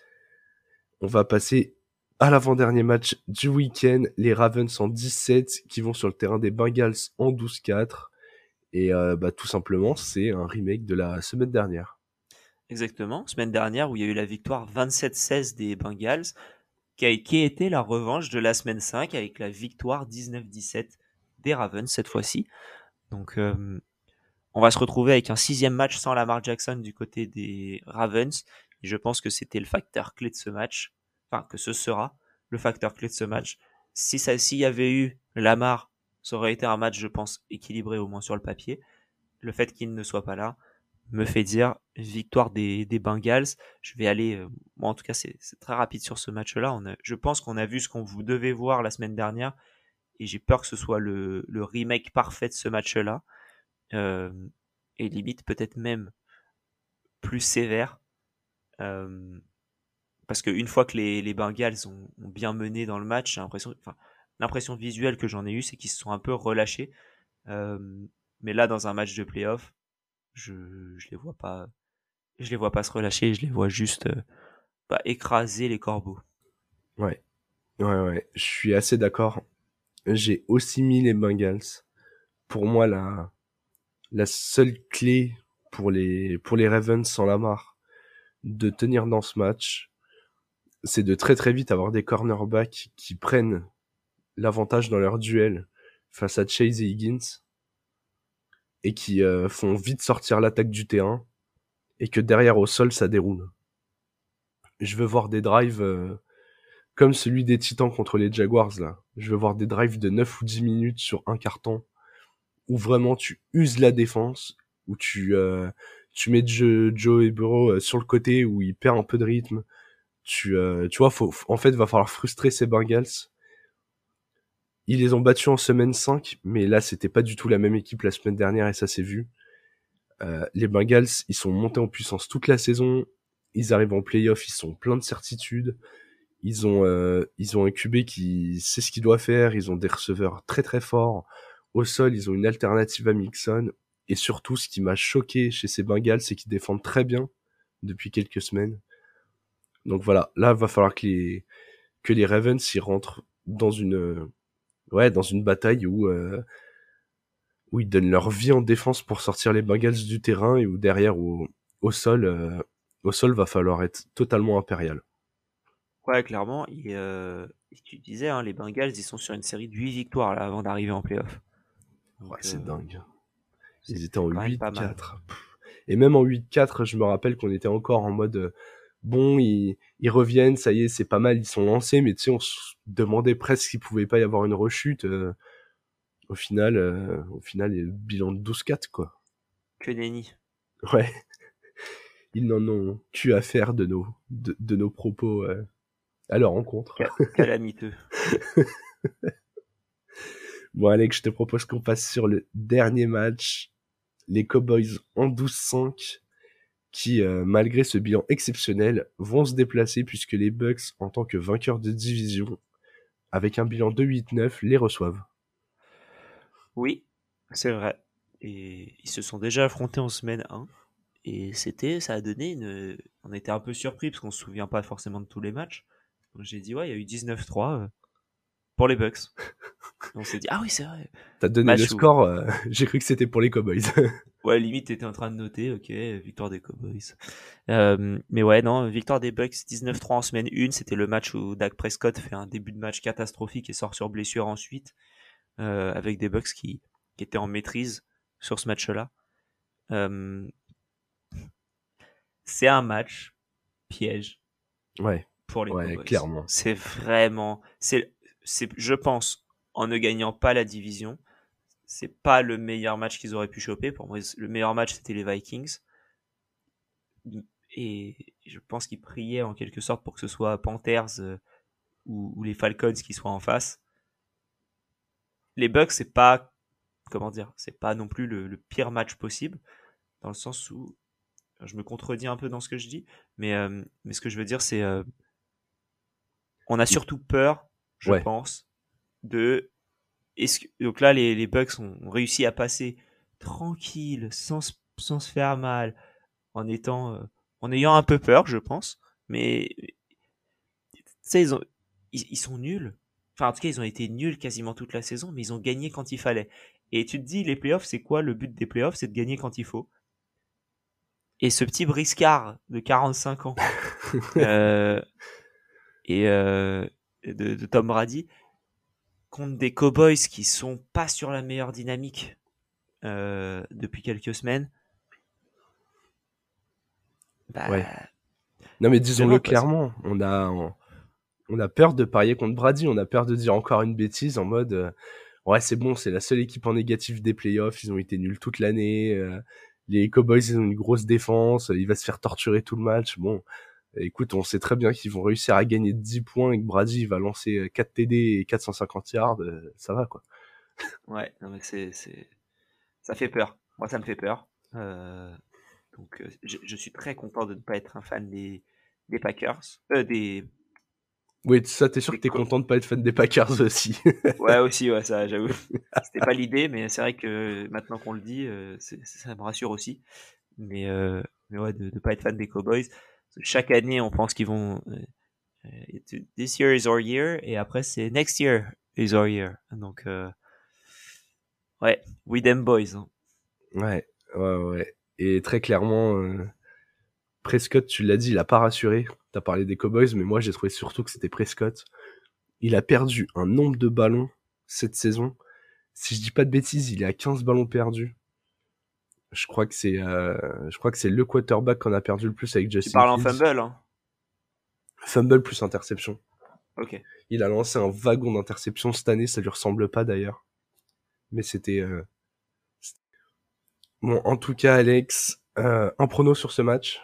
On va passer à l'avant-dernier match du week-end. Les Ravens en dix-sept qui vont sur le terrain des Bengals en douze quatre. Et euh, bah, tout simplement, c'est un remake de la semaine dernière. Exactement. Semaine dernière où il y a eu la victoire vingt-sept seize des Bengals, qui a, qui a été la revanche de la semaine cinq avec la victoire dix-neuf dix-sept des Ravens cette fois-ci. Donc euh, on va se retrouver avec un sixième match sans Lamar Jackson du côté des Ravens. Et je pense que c'était le facteur clé de ce match. Enfin, que ce sera le facteur clé de ce match. Si ça, s'il y avait eu Lamar, ça aurait été un match, je pense, équilibré au moins sur le papier. Le fait qu'il ne soit pas là me fait dire victoire des, des Bengals. Je vais aller, euh, moi en tout cas, c'est c'est très rapide sur ce match-là. On a, je pense qu'on a vu ce qu'on vous devait voir la semaine dernière et j'ai peur que ce soit le, le remake parfait de ce match-là. Euh, et limite peut-être même plus sévère. Euh, parce qu'une fois que les, les Bengals ont, ont bien mené dans le match, j'ai l'impression, enfin, l'impression visuelle que j'en ai eue, c'est qu'ils se sont un peu relâchés. Euh, mais là, dans un match de playoff, je, je les vois pas, je les vois pas se relâcher, je les vois juste euh, bah, écraser les corbeaux. Ouais, ouais, ouais. Je suis assez d'accord. J'ai aussi mis les Bengals. Pour moi, la, la seule clé pour les, pour les Ravens sans Lamar de tenir dans ce match, c'est de très très vite avoir des cornerbacks qui prennent l'avantage dans leur duel face à Chase et Higgins et qui euh, font vite sortir l'attaque du terrain et que derrière au sol ça déroule. Je veux voir des drives euh, comme celui des Titans contre les Jaguars là. Je veux voir des drives de neuf ou dix minutes sur un carton où vraiment tu uses la défense, où tu euh, tu mets Joe, Joe et Burrow euh, sur le côté où il perd un peu de rythme. Tu euh, tu vois, faut, en fait va falloir frustrer ces Bengals. Ils les ont battus en semaine cinq, mais là c'était pas du tout la même équipe la semaine dernière et ça s'est vu. Euh, les Bengals, ils sont montés en puissance toute la saison. Ils arrivent en playoff, ils sont pleins de certitudes. Ils ont, euh, ils ont un Q B qui sait ce qu'il doit faire. Ils ont des receveurs très très forts. Au sol, ils ont une alternative à Mixon. Et surtout, ce qui m'a choqué chez ces Bengals, c'est qu'ils défendent très bien depuis quelques semaines. Donc voilà, là, va falloir que les, que les Ravens y rentrent dans une, ouais, dans une bataille où, euh, où ils donnent leur vie en défense pour sortir les Bengals du terrain et où derrière, au, au sol, euh, au sol, va falloir être totalement impérial. Ouais, clairement. Et, euh, et tu disais, hein, les Bengals, ils sont sur une série de huit victoires là avant d'arriver en playoff. Ouais, Donc c'est euh, dingue. c'est Ils étaient c'est en quand même pas mal. huit quatre. Et même en huit quatre, je me rappelle qu'on était encore en mode euh, bon, ils, ils reviennent, ça y est, c'est pas mal, ils sont lancés, mais tu sais, on se demandait presque s'il pouvait pas y avoir une rechute. Euh, au final, euh, au final, il y a le bilan de douze quatre, quoi. Que nenni. Ouais. Ils n'en ont qu'à faire de nos, de, de nos propos euh, à leur rencontre. Ca- calamiteux. Bon, Alex, je te propose qu'on passe sur le dernier match. Les Cowboys en douze cinq, qui, euh, malgré ce bilan exceptionnel, vont se déplacer puisque les Bucks, en tant que vainqueurs de division, avec un bilan de huit neuf, les reçoivent. Oui, c'est vrai. Et ils se sont déjà affrontés en semaine un. Et c'était, ça a donné une. On était un peu surpris parce qu'on se souvient pas forcément de tous les matchs. Donc j'ai dit, ouais, il y a eu dix-neuf trois euh, pour les Bucks. Et on s'est dit, ah oui, c'est vrai. T'as donné le Match où, score, euh, j'ai cru que c'était pour les Cowboys. ouais, limite, t'étais en train de noter, ok, victoire des Cowboys. Euh, mais ouais, non, victoire des Bucks dix-neuf trois en semaine un. C'était le match où Dak Prescott fait un début de match catastrophique et sort sur blessure ensuite, euh, avec des Bucks qui, qui étaient en maîtrise sur ce match-là. Euh, c'est un match piège Ouais, pour les ouais, Cowboys. clairement. C'est vraiment, c'est, c'est, je pense, en ne gagnant pas la division, c'est pas le meilleur match qu'ils auraient pu choper. Pour moi, le meilleur match, c'était les Vikings. Et je pense qu'ils priaient en quelque sorte pour que ce soit Panthers euh, ou, ou les Falcons qui soient en face. Les Bucks, c'est pas, comment dire, c'est pas non plus le, le pire match possible, dans le sens où je me contredis un peu dans ce que je dis, mais, euh, mais ce que je veux dire, c'est euh, on a surtout peur, je Ouais, pense, de est-ce que, donc là les, les Bucks ont, ont réussi à passer tranquille, sans, se- sans se faire mal, en étant, euh, en ayant un peu peur, je pense, mais tu sais, ils, ont, ils, ils sont nuls. Enfin, en tout cas, ils ont été nuls quasiment toute la saison, mais ils ont gagné quand il fallait. Et tu te dis, les playoffs, c'est quoi le but des playoffs? C'est de gagner quand il faut. Et ce petit briscard de quarante-cinq ans euh, et euh, de, de Tom Brady contre des Cowboys qui sont pas sur la meilleure dynamique euh, depuis quelques semaines, ouais. bah, Non mais je vois disons-le quoi. C'est- clairement, on a, on, on a peur de parier contre Brady, on a peur de dire encore une bêtise en mode, euh, ouais c'est bon, c'est la seule équipe en négatif des playoffs, ils ont été nuls toute l'année, euh, les Cowboys ils ont une grosse défense, il va se faire torturer tout le match, bon, écoute, on sait très bien qu'ils vont réussir à gagner dix points et que Brady va lancer quatre T D et quatre cent cinquante yards, euh, ça va quoi. Ouais, non mais c'est, c'est, ça fait peur. Moi, ça me fait peur. Euh, donc, euh, je, je suis très content de ne pas être un fan des, des Packers, euh, des, Oui, ça t'es sûr des que t'es Co- content de pas être fan des Packers aussi. Ouais, aussi, ouais, ça, j'avoue. C'était pas l'idée, mais c'est vrai que maintenant qu'on le dit, euh, c'est- ça me rassure aussi. Mais, euh, mais ouais, de ne pas être fan des Cowboys. Chaque année, on pense qu'ils vont. euh, euh, This year is our year, et après, c'est next year is our year. Donc, euh, ouais, we them boys. Hein. Ouais, ouais, ouais. Et très clairement, euh, Prescott, tu l'as dit, il a pas rassuré. T'as parlé des Cowboys, mais moi j'ai trouvé surtout que c'était Prescott. Il a perdu un nombre de ballons cette saison. Si je dis pas de bêtises, il est à quinze ballons perdus. Je crois que c'est, euh, je crois que c'est le quarterback qu'on a perdu le plus avec Tu Justin parles en Fields. fumble, hein. Fumble plus interception. Ok. Il a lancé un wagon d'interception cette année, ça lui ressemble pas d'ailleurs. Mais c'était, euh... bon, en tout cas, Alex, euh, un prono sur ce match.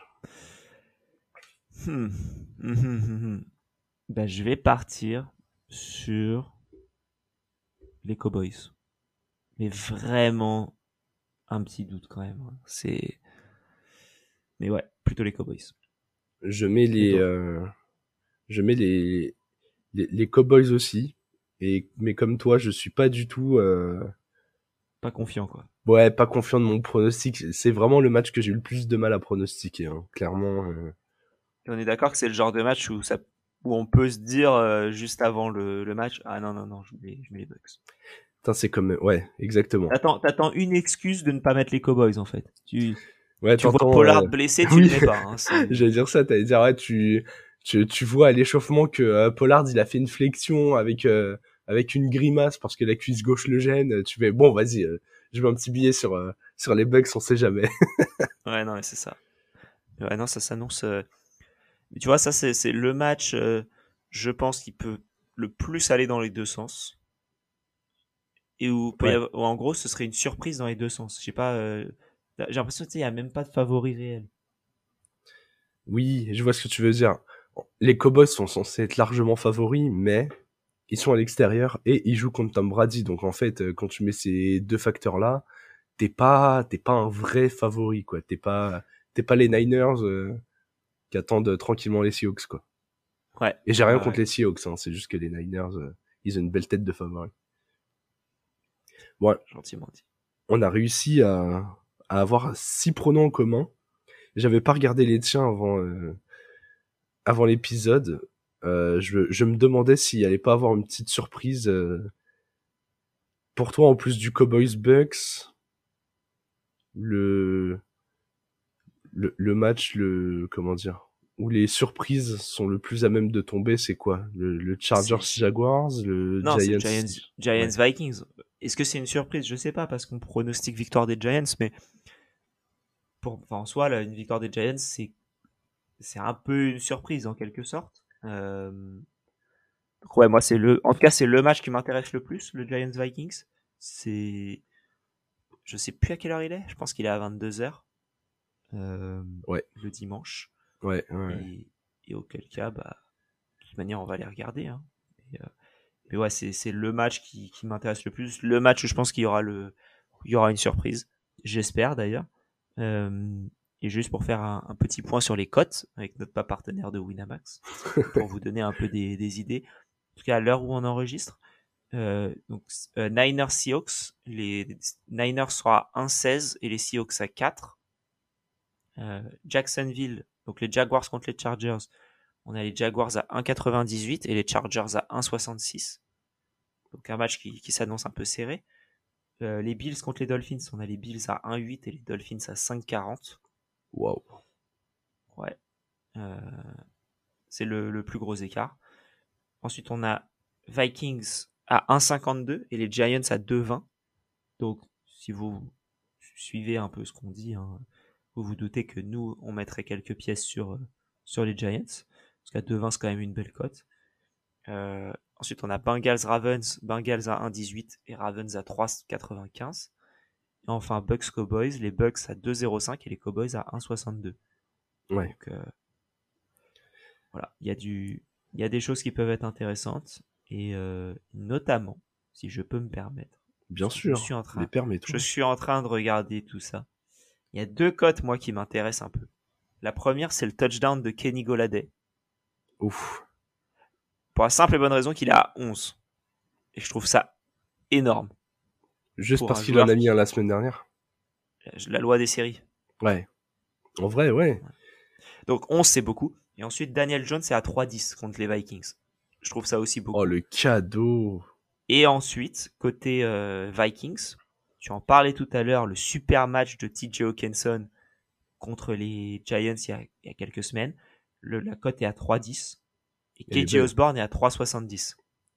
Hmm. Mhm, mhm, mhm. Ben, je vais partir sur les Cowboys. Mais vraiment un petit doute quand même. Hein. C'est. Mais ouais, plutôt les Cowboys. Je mets Et les, toi? euh, je mets les, les, les Cowboys aussi. Et, mais comme toi, je suis pas du tout, euh, Pas confiant, quoi. ouais, pas confiant de mon pronostic. C'est vraiment le match que j'ai eu le plus de mal à pronostiquer, hein. Clairement. Euh... Et on est d'accord que c'est le genre de match où ça, où on peut se dire euh, juste avant le, le match, ah non non non, je mets, je mets les Bucks. Putain, c'est comme, ouais, exactement. T'attends, t'attends une excuse de ne pas mettre les Cowboys en fait. Tu, Ouais, tu vois t'entends, Pollard euh... blessé, tu le oui, mets pas. Hein, c'est. j'allais dire ça, t'allais dire, ouais, tu, tu, tu vois à l'échauffement que euh, Pollard, il a fait une flexion avec, euh, avec une grimace parce que la cuisse gauche le gêne. Tu fais, bon, vas-y, euh, je mets un petit billet sur, euh, sur les Bucks, on sait jamais. Ouais non, mais c'est ça. Ouais non, ça s'annonce. euh, Mais tu vois, ça c'est, c'est le match, euh, je pense, qui peut le plus aller dans les deux sens. et où, peut y Ouais. avoir- où en gros ce serait une surprise dans les deux sens. Je sais pas, euh, j'ai l'impression qu'il n'y a même pas de favori réel. Oui, je vois ce que tu veux dire. Les Cowboys sont censés être largement favoris, mais ils sont à l'extérieur et ils jouent contre Tom Brady. Donc en fait, euh, quand tu mets ces deux facteurs-là, t'es pas, t'es pas un vrai favori, quoi. T'es pas, t'es pas les Niners euh, qui attendent tranquillement les Seahawks, quoi. Ouais, Et j'ai ouais, rien contre ouais, les Seahawks, hein. C'est juste que les Niners, euh, ils ont une belle tête de favori. Bon, gentiment dit. on a réussi à, à avoir six pronoms en commun. J'avais pas regardé les tiens avant, euh, avant l'épisode. Euh, je, je me demandais s'il allait pas avoir une petite surprise euh, pour toi en plus du Cowboys Bucks. Le, le, le match, le, comment dire, où les surprises sont le plus à même de tomber, c'est quoi? Le, le Chargers C'est Jaguars, le Non, c'est Giants. Giants, Giants Ouais. Vikings. Est-ce que c'est une surprise? Je sais pas parce qu'on pronostique victoire des Giants, mais pour, enfin, en soi, là, une victoire des Giants, c'est c'est un peu une surprise en quelque sorte. Euh, donc ouais, moi c'est le, en tout cas c'est le match qui m'intéresse le plus, le Giants Vikings. C'est, je sais plus à quelle heure il est. Je pense qu'il est à vingt-deux heures euh, Ouais. le dimanche. Ouais, ouais, ouais. Et, et auquel cas, bah, de toute manière, on va les regarder. Hein. Et, euh, mais ouais, c'est c'est le match qui, qui m'intéresse le plus. Le match où je pense qu'il y aura le, il y aura une surprise. J'espère d'ailleurs. Euh, et juste pour faire un, un petit point sur les cotes avec notre pas partenaire de Winamax, pour vous donner un peu des, des idées. En tout cas, à l'heure où on enregistre, euh, donc euh, Niners Seahawks, les Niners sont à un virgule seize et les Seahawks à quatre. Euh, Jacksonville, donc les Jaguars contre les Chargers, on a les Jaguars à un virgule quatre-vingt-dix-huit et les Chargers à un virgule soixante-six. Donc un match qui, qui s'annonce un peu serré. Euh, les Bills contre les Dolphins, on a les Bills à un virgule huit et les Dolphins à cinq virgule quarante. Waouh. Ouais. Euh, c'est le, le plus gros écart. Ensuite, on a Vikings à un virgule cinquante-deux et les Giants à deux virgule vingt. Donc, si vous suivez un peu ce qu'on dit, hein, vous vous doutez que nous, on mettrait quelques pièces sur, euh, sur les Giants. Parce qu'à deux virgule vingt, c'est quand même une belle cote. Euh, ensuite, on a Bengals Ravens, Bengals à un virgule dix-huit et Ravens à trois virgule quatre-vingt-quinze. Et enfin, Bucks Cowboys, les Bucks à deux virgule zéro cinq et les Cowboys à un virgule soixante-deux. Ouais. Donc, euh, voilà, il y a du, il y a des choses qui peuvent être intéressantes et euh, notamment, si je peux me permettre, Bien parce que je sûr. suis en Mais train, je permets-toi. suis en train de regarder tout ça. Il y a deux cotes moi qui m'intéressent un peu. La première, c'est le touchdown de Kenny Golladay, Ouf. pour la simple et bonne raison qu'il est à onze. Et je trouve ça énorme Juste pour parce un qu'il en joueur a mis un qui, la semaine dernière. la loi des séries. Ouais. En vrai, ouais. Donc onze, c'est beaucoup. Et ensuite, Daniel Jones est à trois virgule dix contre les Vikings. Je trouve ça aussi Oh, beaucoup. le cadeau. Et ensuite, côté euh, Vikings, tu en parlais tout à l'heure, le super match de T J Hawkinson contre les Giants il y a, il y a quelques semaines. Le, la cote est à trois virgule dix et Elle est K J belle. Osborne est à trois virgule soixante-dix.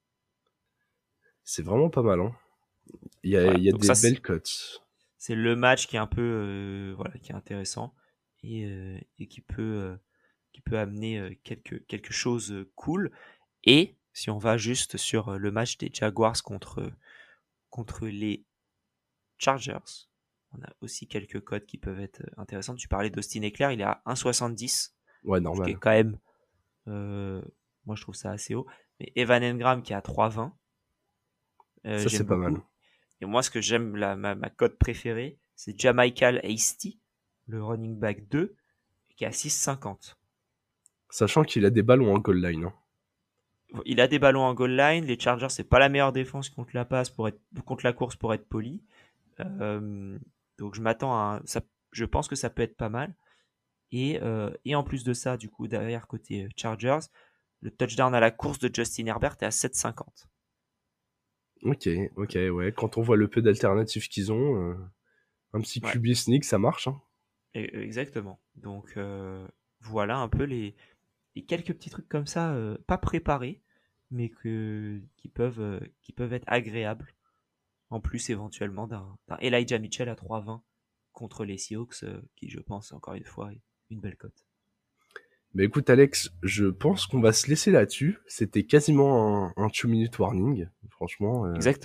C'est vraiment pas mal, hein. Il y a, Voilà, il y a donc des ça c'est belles cotes. c'est le match qui est un peu euh, voilà, qui est intéressant et, euh, et qui peut euh, qui peut amener euh, quelque quelque chose de cool. Et si on va juste sur euh, le match des Jaguars contre contre les Chargers, on a aussi quelques codes qui peuvent être intéressants. Tu parlais d'Austin Eckler, il est à un virgule soixante-dix, Ouais, ce qui est normal. quand même, euh, moi je trouve ça assez haut. Mais Evan Engram qui est à trois virgule vingt, euh, Ça, c'est j'aime pas mal. beaucoup. Et moi ce que j'aime, la, ma, ma cote préférée, c'est Jamichael Hasty, le running back deux, qui est à six virgule cinquante. Sachant qu'il a des ballons en goal line, hein. Il a des ballons en goal line, les Chargers c'est pas la meilleure défense contre la passe pour être contre la course pour être poli. Euh, donc je m'attends à un, ça, je pense que ça peut être pas mal. Et, euh, et en plus de ça, du coup, derrière côté Chargers, le touchdown à la course de Justin Herbert est à sept virgule cinquante. Ok, ok, ouais. Quand on voit le peu d'alternatives qu'ils ont, euh, un petit Ouais, Q B sneak, ça marche, hein. et- exactement. Donc euh, voilà un peu les, les quelques petits trucs comme ça, euh, pas préparés, mais que, qui, peuvent, euh, qui peuvent être agréables. En plus éventuellement d'un, d'un Elijah Mitchell à trois virgule vingt contre les Seahawks, euh, qui je pense encore une fois est une belle cote. Mais écoute, Alex, je pense qu'on va se laisser là-dessus. C'était quasiment un, un two minute warning. Franchement, euh, Exactement.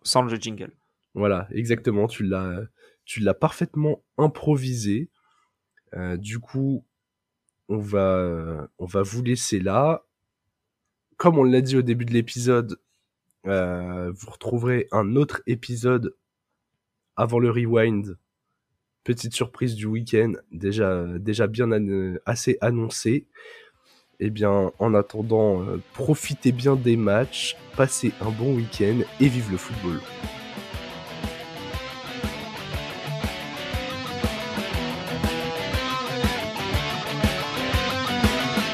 sans le jingle. Voilà, exactement, tu l'as, tu l'as parfaitement improvisé. Euh, du coup, on va, on va vous laisser là. Comme on l'a dit au début de l'épisode, euh, vous retrouverez un autre épisode avant le rewind. Petite surprise du week-end, déjà, déjà bien an- assez annoncée. Eh bien, en attendant, euh, profitez bien des matchs, passez un bon week-end et vive le football.